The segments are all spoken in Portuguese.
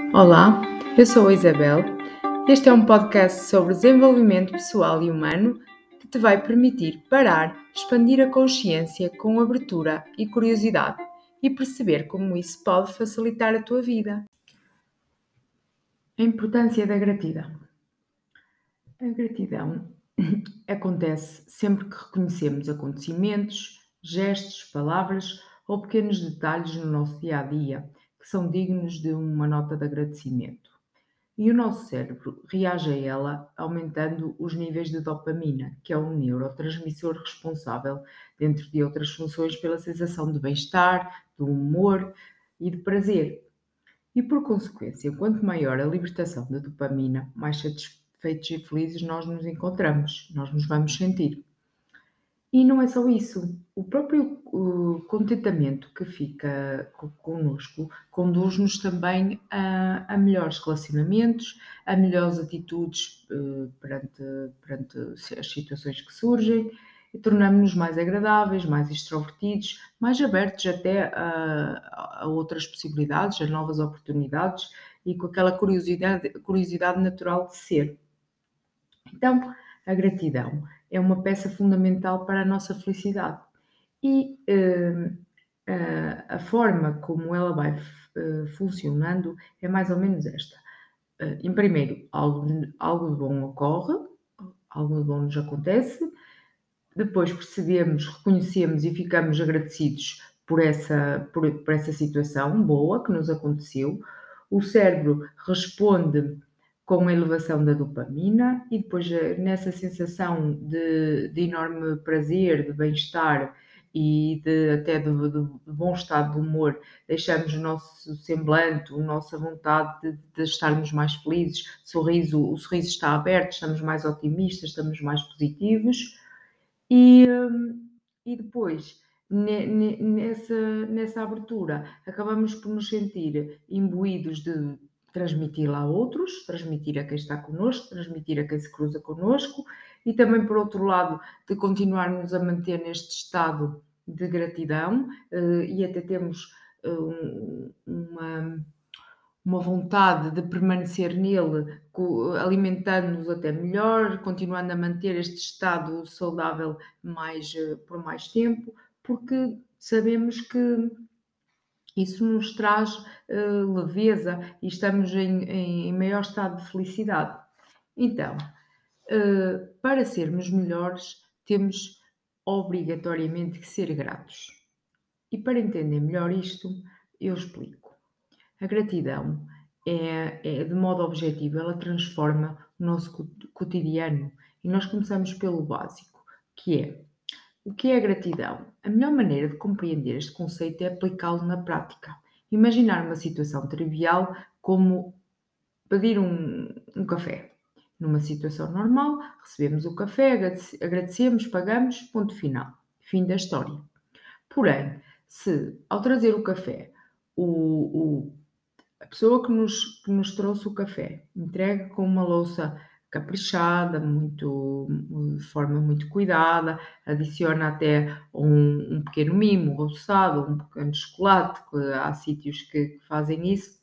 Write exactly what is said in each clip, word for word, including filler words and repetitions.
Olá, eu sou a Isabel. Este é um podcast sobre desenvolvimento pessoal e humano que te vai permitir parar, expandir a consciência com abertura e curiosidade e perceber como isso pode facilitar a tua vida. A importância da gratidão. A gratidão acontece sempre que reconhecemos acontecimentos, gestos, palavras ou pequenos detalhes no nosso dia a dia que são dignos de uma nota de agradecimento. E o nosso cérebro reage a ela aumentando os níveis de dopamina, que é um neurotransmissor responsável, dentre de outras funções, pela sensação de bem-estar, de humor e de prazer. E por consequência, quanto maior a libertação de dopamina, mais satisfeitos e felizes nós nos encontramos, nós nos vamos sentir. E não é só isso, o próprio uh, contentamento que fica co- connosco conduz-nos também a, a melhores relacionamentos, a melhores atitudes uh, perante, perante as situações que surgem, e tornamos-nos mais agradáveis, mais extrovertidos, mais abertos até a, a outras possibilidades, a novas oportunidades e com aquela curiosidade, curiosidade natural de ser. Então, a gratidão é uma peça fundamental para a nossa felicidade e eh, a, a forma como ela vai eh, funcionando é mais ou menos esta. Eh, em primeiro, algo, algo de bom ocorre, algo de bom nos acontece, depois percebemos, reconhecemos e ficamos agradecidos por essa, por, por essa situação boa que nos aconteceu. O cérebro responde com a elevação da dopamina e depois nessa sensação de, de enorme prazer, de bem-estar e de, até de, de, de bom estado de humor, deixamos o nosso semblante, a nossa vontade de, de estarmos mais felizes, sorriso, o sorriso está aberto, estamos mais otimistas, estamos mais positivos. E, hum, e depois, ne- ne- nessa, nessa abertura, acabamos por nos sentir imbuídos de transmitir-la a outros, transmitir a quem está connosco, transmitir a quem se cruza connosco e também, por outro lado, de continuarmos a manter neste estado de gratidão eh, e até temos eh, um- uma uma vontade de permanecer nele, alimentando-nos até melhor, continuando a manter este estado saudável mais, eh, por mais tempo, porque sabemos que isso nos traz uh, leveza e estamos em, em, em maior estado de felicidade. Então, uh, para sermos melhores, temos obrigatoriamente que ser gratos. E para entender melhor isto, eu explico. A gratidão é, é, de modo objetivo, ela transforma o nosso cotidiano e nós começamos pelo básico, que é o que é a gratidão? A melhor maneira de compreender este conceito é aplicá-lo na prática. Imaginar uma situação trivial como pedir um, um café. Numa situação normal, recebemos o café, agradecemos, pagamos, ponto final. Fim da história. Porém, se ao trazer o café, o, o a pessoa que nos, que nos trouxe o café entrega com uma louça caprichada, muito, de forma muito cuidada, adiciona até um, um pequeno mimo, um roçado, um pequeno chocolate, que há sítios que, que fazem isso,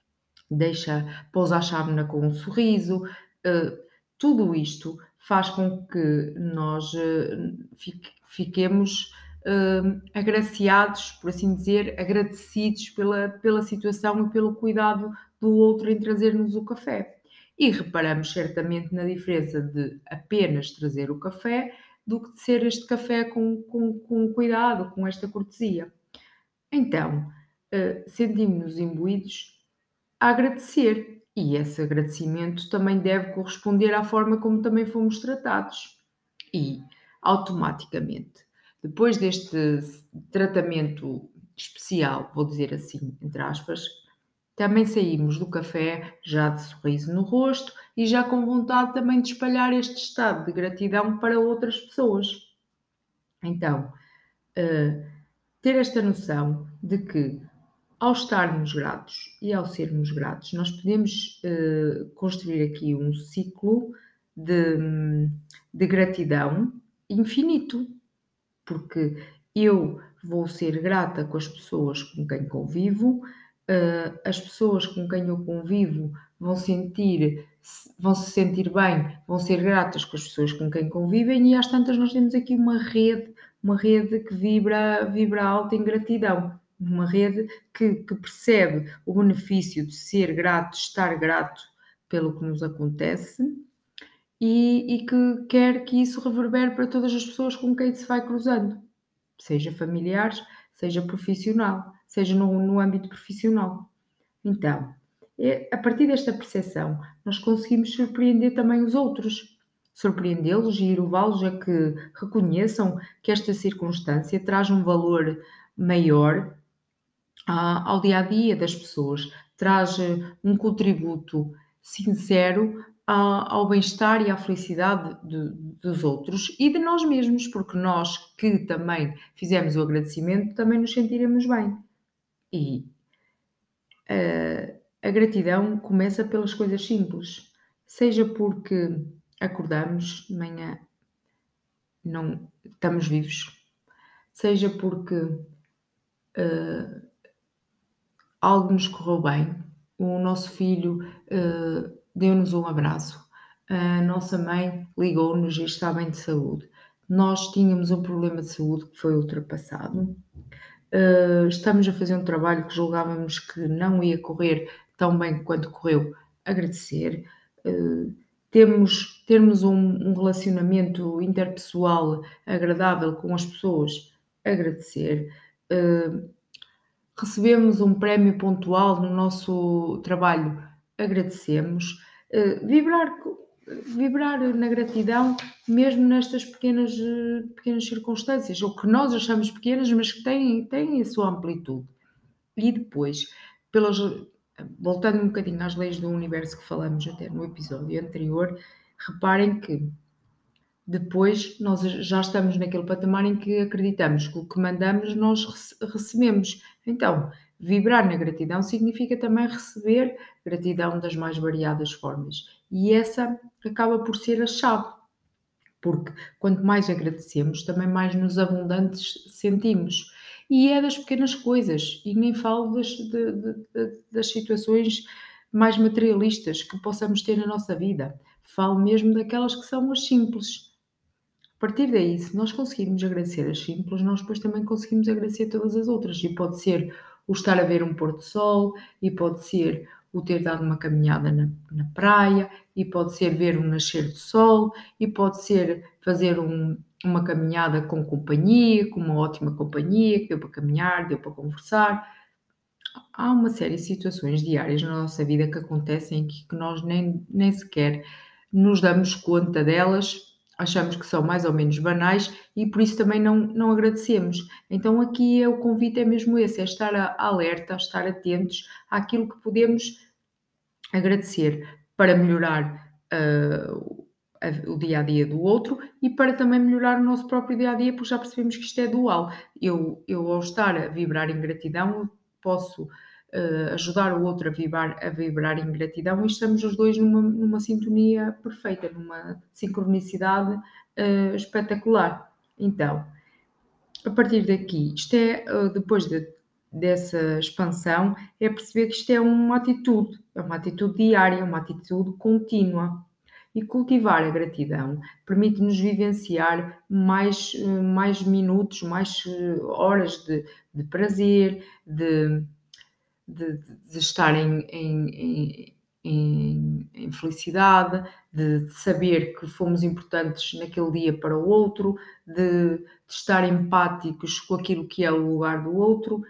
deixa, pousa a chávena com um sorriso, uh, tudo isto faz com que nós uh, fique, fiquemos uh, agraciados, por assim dizer, agradecidos pela, pela situação e pelo cuidado do outro em trazer-nos o café. E reparamos certamente na diferença de apenas trazer o café do que de ser este café com, com, com cuidado, com esta cortesia. Então, uh, sentimos-nos imbuídos a agradecer. E esse agradecimento também deve corresponder à forma como também fomos tratados. E, automaticamente, depois deste tratamento especial, vou dizer assim, entre aspas, também saímos do café já de sorriso no rosto e já com vontade também de espalhar este estado de gratidão para outras pessoas. Então, uh, ter esta noção de que ao estarmos gratos e ao sermos gratos, nós podemos uh, construir aqui um ciclo de, de gratidão infinito, porque eu vou ser grata com as pessoas com quem convivo, uh, as pessoas com quem eu convivo vão sentir, vão se sentir bem, vão ser gratas com as pessoas com quem convivem, e às tantas nós temos aqui uma rede, uma rede que vibra, vibra alta em gratidão, uma rede que, que percebe o benefício de ser grato, estar grato pelo que nos acontece, e, e que quer que isso reverbere para todas as pessoas com quem se vai cruzando, seja familiares, seja profissional, seja no, no âmbito profissional. Então, é, a partir desta percepção, nós conseguimos surpreender também os outros, surpreendê-los e levá-los a que reconheçam que esta circunstância traz um valor maior ah, ao dia a dia das pessoas, traz eh, um contributo sincero a- ao bem-estar e à felicidade de- dos outros e de nós mesmos, porque nós que também fizemos o agradecimento também nos sentiremos bem. E ah, a gratidão começa pelas coisas simples, seja porque acordamos de manhã, não estamos vivos, seja porque ah, algo nos correu bem, o nosso filho uh, deu-nos um abraço, a nossa mãe ligou-nos e está bem de saúde, nós tínhamos um problema de saúde que foi ultrapassado, uh, estamos a fazer um trabalho que julgávamos que não ia correr tão bem quanto correu, agradecer, uh, temos, termos um, um relacionamento interpessoal agradável com as pessoas, agradecer, uh, recebemos um prémio pontual no nosso trabalho, agradecemos. Uh, vibrar, vibrar na gratidão, mesmo nestas pequenas, uh, pequenas circunstâncias, ou que nós achamos pequenas, mas que têm, têm a sua amplitude. E depois, pelas, voltando um bocadinho às leis do universo que falamos até no episódio anterior, reparem que depois nós já estamos naquele patamar em que acreditamos que o que mandamos nós recebemos. Então, vibrar na gratidão significa também receber gratidão das mais variadas formas. E essa acaba por ser a chave, porque quanto mais agradecemos, também mais nos abundantes sentimos. E é das pequenas coisas, e nem falo das, de, de, de, das situações mais materialistas que possamos ter na nossa vida. Falo mesmo daquelas que são as simples. A partir daí, se nós conseguirmos agradecer as simples, nós depois também conseguimos agradecer todas as outras. E pode ser o estar a ver um pôr do sol, e pode ser o ter dado uma caminhada na, na praia, e pode ser ver um nascer do sol, e pode ser fazer um, uma caminhada com companhia, com uma ótima companhia, que deu para caminhar, deu para conversar. Há uma série de situações diárias na nossa vida que acontecem que, que nós nem, nem sequer nos damos conta delas, achamos que são mais ou menos banais e por isso também não, não agradecemos. Então aqui é, o convite é mesmo esse, é estar a, alerta, estar atentos àquilo que podemos agradecer para melhorar uh, a, o dia-a-dia do outro e para também melhorar o nosso próprio dia-a-dia, porque já percebemos que isto é dual. Eu, eu ao estar a vibrar em gratidão, posso uh, ajudar o outro a vibrar, a vibrar em gratidão e estamos os dois numa, numa sintonia perfeita, numa sincronicidade uh, espetacular. Então, a partir daqui, isto é, uh, depois de, dessa expansão, é perceber que isto é uma atitude, é uma atitude diária, uma atitude contínua. E cultivar a gratidão permite-nos vivenciar mais, mais minutos, mais horas de, de prazer, de, de, de estar em, em, em, em felicidade, de, de saber que fomos importantes naquele dia para o outro, de, de estar empáticos com aquilo que é o lugar do outro.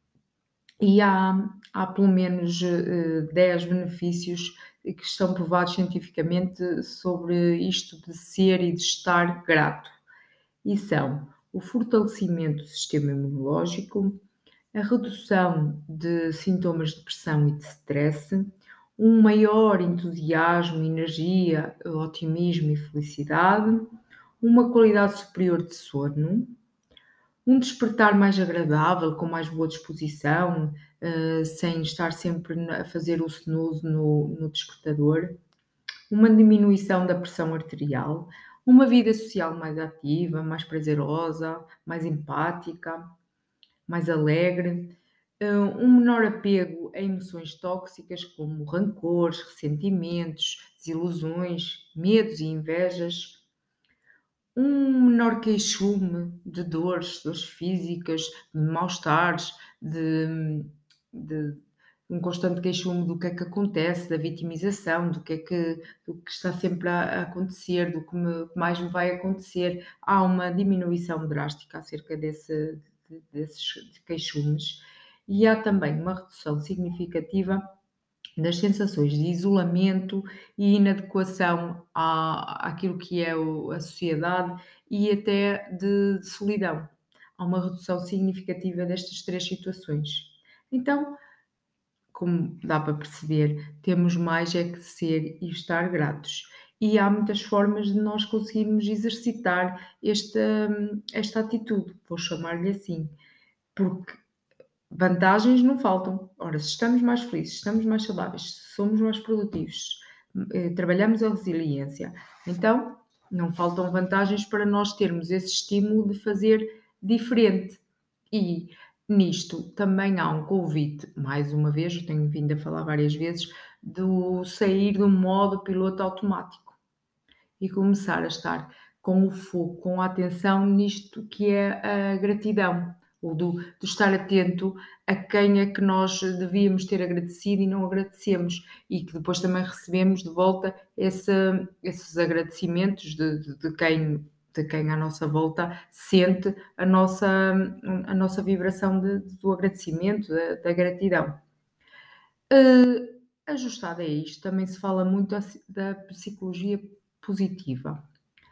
E há, há pelo menos uh, dez benefícios que estão provados cientificamente sobre isto de ser e de estar grato. E são o fortalecimento do sistema imunológico, a redução de sintomas de depressão e de stress, um maior entusiasmo, energia, otimismo e felicidade, uma qualidade superior de sono, um despertar mais agradável, com mais boa disposição, uh, sem estar sempre a fazer o snooze no, no despertador, uma diminuição da pressão arterial, uma vida social mais ativa, mais prazerosa, mais empática, mais alegre, Uh, um menor apego a emoções tóxicas como rancores, ressentimentos, desilusões, medos e invejas. Um menor queixume de dores, dores físicas, de mal-estares, de, de um constante queixume do que é que acontece, da vitimização, do que é que, do que está sempre a, a acontecer, do que me- mais me vai acontecer. Há uma diminuição drástica acerca desse, de- desses queixumes e há também uma redução significativa das sensações de isolamento e inadequação à, àquilo que é o- a sociedade e até de, de solidão. Há uma redução significativa destas três situações. Então, como dá para perceber, temos mais é que ser e estar gratos. E há muitas formas de nós conseguirmos exercitar esta, esta atitude, vou chamar-lhe assim, porque vantagens não faltam. Ora, se estamos mais felizes, se estamos mais saudáveis, se somos mais produtivos, eh, trabalhamos a resiliência, então não faltam vantagens para nós termos esse estímulo de fazer diferente. E nisto também há um convite, mais uma vez, eu tenho vindo a falar várias vezes, do sair do modo piloto automático e começar a estar com o foco, com a atenção nisto que é a gratidão, ou do, do estar atento a quem é que nós devíamos ter agradecido e não agradecemos, e que depois também recebemos de volta esse, esses agradecimentos de, de, de quem de quem à nossa volta sente a nossa, a nossa vibração de, do agradecimento, da, da gratidão. Uh, ajustado a isto, também se fala muito da psicologia positiva.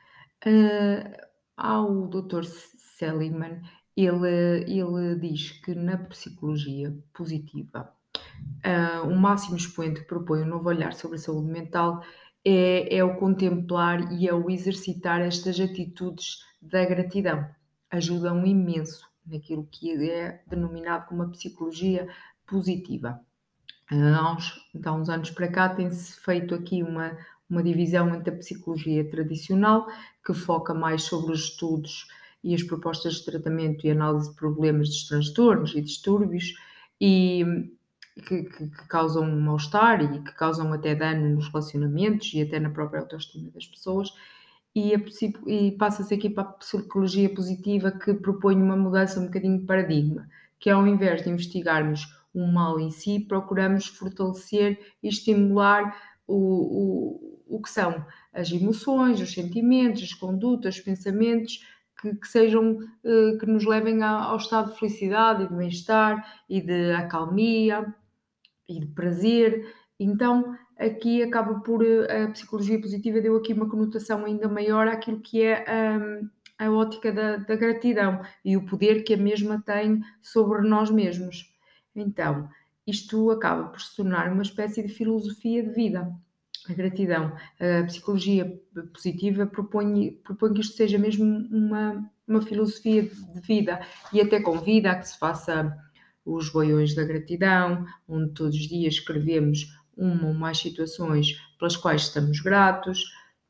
Uh, há o doutor Seligman, ele, ele diz que na psicologia positiva, uh, o máximo expoente que propõe um novo olhar sobre a saúde mental é, é o contemplar e é o exercitar estas atitudes da gratidão. Ajudam imenso naquilo que é denominado como a psicologia positiva. Há uns, há uns anos para cá tem-se feito aqui uma, uma divisão entre a psicologia tradicional, que foca mais sobre os estudos e as propostas de tratamento e análise de problemas dos transtornos e distúrbios, e que, que, que causam mal-estar e que causam até dano nos relacionamentos e até na própria autoestima das pessoas. E, a, e passa-se aqui para a psicologia positiva, que propõe uma mudança um bocadinho de paradigma, que ao invés de investigarmos o mal em si, procuramos fortalecer e estimular o, o, o que são as emoções, os sentimentos, as condutas, os pensamentos, que, que sejam, que nos levem ao estado de felicidade e de bem-estar e de acalmia e de prazer. Então, aqui acaba por, a psicologia positiva deu aqui uma conotação ainda maior àquilo que é um, a ótica da, da gratidão e o poder que a mesma tem sobre nós mesmos. Então, isto acaba por se tornar uma espécie de filosofia de vida. A gratidão. A psicologia positiva propõe, propõe que isto seja mesmo uma, uma filosofia de vida e até convida a que se faça os boiões da gratidão, onde todos os dias escrevemos uma ou mais situações pelas quais estamos gratos.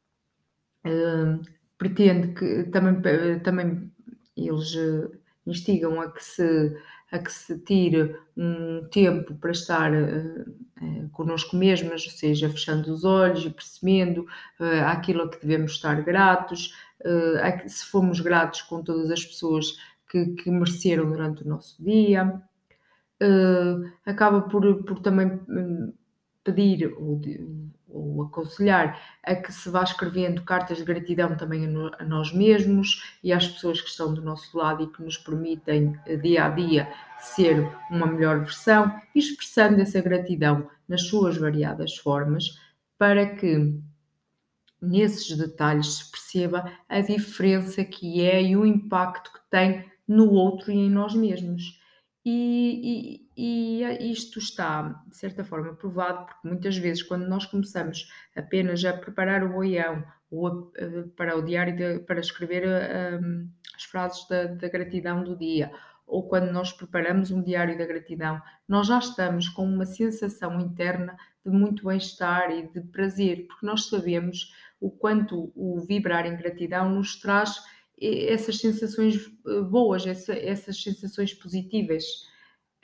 Uh, pretende que também, também eles uh, instigam a que se a que se tire um tempo para estar uh, uh, connosco mesmos, ou seja, fechando os olhos e percebendo uh, aquilo a que devemos estar gratos, uh, a que, se fomos gratos com todas as pessoas que, que mereceram durante o nosso dia. Uh, acaba por, por também um, pedir ou, ou aconselhar a que se vá escrevendo cartas de gratidão também a, no, a nós mesmos e às pessoas que estão do nosso lado e que nos permitem dia a dia ser uma melhor versão, e expressando essa gratidão nas suas variadas formas, para que nesses detalhes se perceba a diferença que é e o impacto que tem no outro e em nós mesmos. E, e, e isto está, de certa forma, provado, porque muitas vezes, quando nós começamos apenas a preparar o boião ou a, a, para o diário, de, para escrever um, as frases da, da gratidão do dia, ou quando nós preparamos um diário da gratidão, nós já estamos com uma sensação interna de muito bem-estar e de prazer, porque nós sabemos o quanto o vibrar em gratidão nos traz essas sensações boas, essa, essas sensações positivas.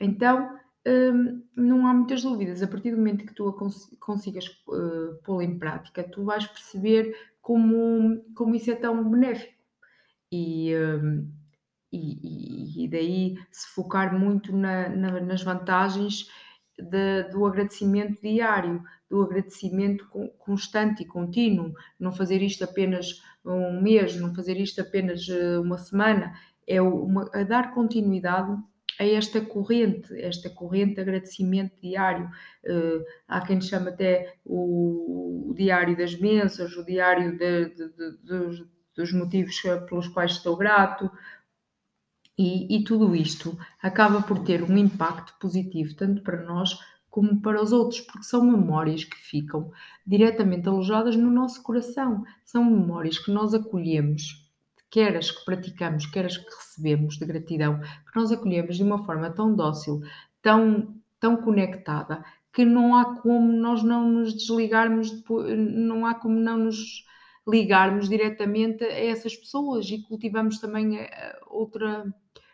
Então, hum, não há muitas dúvidas. A partir do momento que tu a cons- consigas uh, pô-la em prática, tu vais perceber como, como isso é tão benéfico. E, hum, e, e- e daí se focar muito na- na- nas vantagens de- do agradecimento diário, do agradecimento con- constante e contínuo, não fazer isto apenas um mês, não fazer isto apenas eh, uma semana, é uma- a dar continuidade a esta corrente, esta corrente de agradecimento diário. Eh, há quem chama até o, o diário das bênçãos, o diário de- de- de- dos, dos motivos pelos quais estou grato, e, e tudo isto acaba por ter um impacto positivo tanto para nós como para os outros, porque são memórias que ficam diretamente alojadas no nosso coração. São memórias que nós acolhemos, quer as que praticamos, quer as que recebemos de gratidão, que nós acolhemos de uma forma tão dócil, tão, tão conectada, que não há como nós não nos desligarmos, depois, não há como não nos ligarmos diretamente a essas pessoas, e cultivamos também eh, outra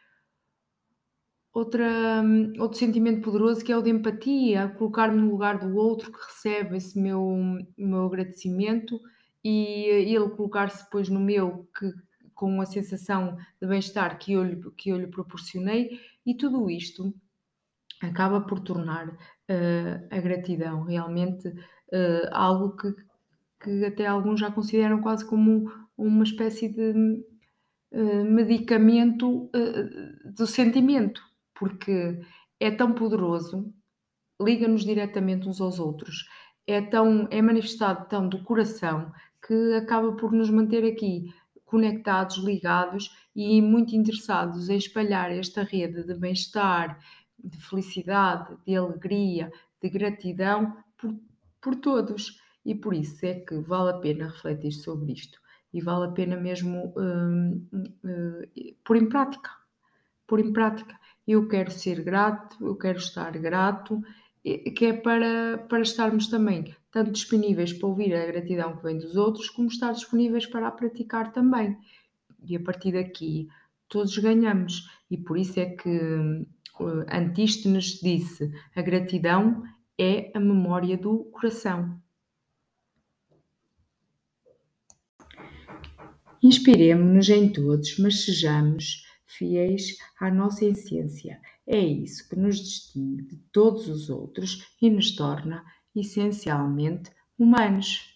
Outra, hum, outro sentimento poderoso, que é o de empatia, colocar-me no lugar do outro que recebe esse meu, o meu agradecimento, e ele colocar-se depois no meu, que, com a sensação de bem-estar que eu, lhe, que eu lhe proporcionei, e tudo isto acaba por tornar eh, a gratidão realmente eh, algo que, que até alguns já consideram quase como uma espécie de eh, medicamento eh, do sentimento, porque é tão poderoso, liga-nos diretamente uns aos outros, é, tão, é manifestado tão do coração, que acaba por nos manter aqui conectados, ligados e muito interessados em espalhar esta rede de bem-estar, de felicidade, de alegria, de gratidão por, por todos. E por isso é que vale a pena refletir sobre isto, e vale a pena mesmo hum, hum, pôr em prática. Pôr em prática. Eu quero ser grato, eu quero estar grato, que é para, para estarmos também tanto disponíveis para ouvir a gratidão que vem dos outros, como estar disponíveis para a praticar também. E a partir daqui todos ganhamos. E por isso é que uh, Antístenes disse: a gratidão é a memória do coração. Inspiremo-nos em todos, mas sejamos fiéis à nossa essência. É isso que nos distingue de todos os outros e nos torna essencialmente humanos.